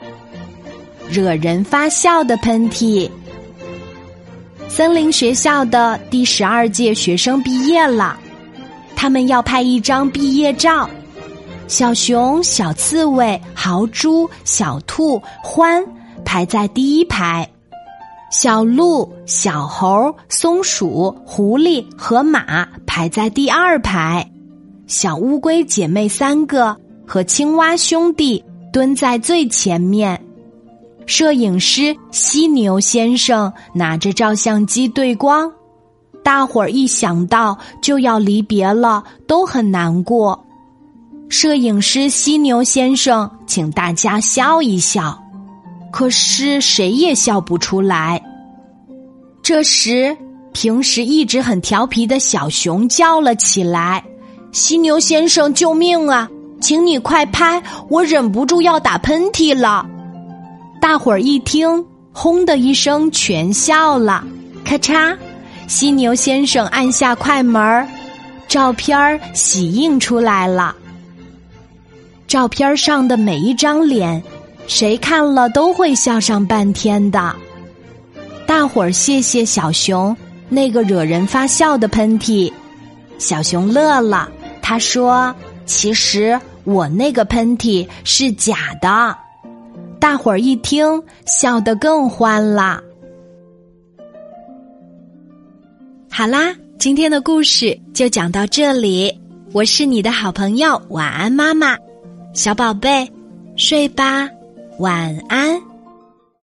惹人发笑的喷嚏。森林学校的第12届学生毕业了，他们要拍一张毕业照。小熊、小刺猬、豪猪、小兔、獾排在第一排，小鹿、小猴、松鼠、狐狸和马排在第2排，小乌龟姐妹3个和青蛙兄弟蹲在最前面。摄影师犀牛先生拿着照相机对光，大伙儿一想到就要离别了，都很难过。摄影师犀牛先生请大家笑一笑，可是谁也笑不出来。这时，平时一直很调皮的小熊叫了起来：“犀牛先生，救命啊！请你快拍，我忍不住要打喷嚏了。”大伙儿一听，轰的一声全笑了。咔嚓，犀牛先生按下快门，照片洗印出来了。照片上的每一张脸，谁看了都会笑上半天的。大伙儿谢谢小熊那个惹人发笑的喷嚏。小熊乐了，他说：“其实我那个喷嚏是假的。”大伙儿一听，笑得更欢了。好啦，今天的故事就讲到这里。我是你的好朋友晚安妈妈，小宝贝，睡吧，晚安。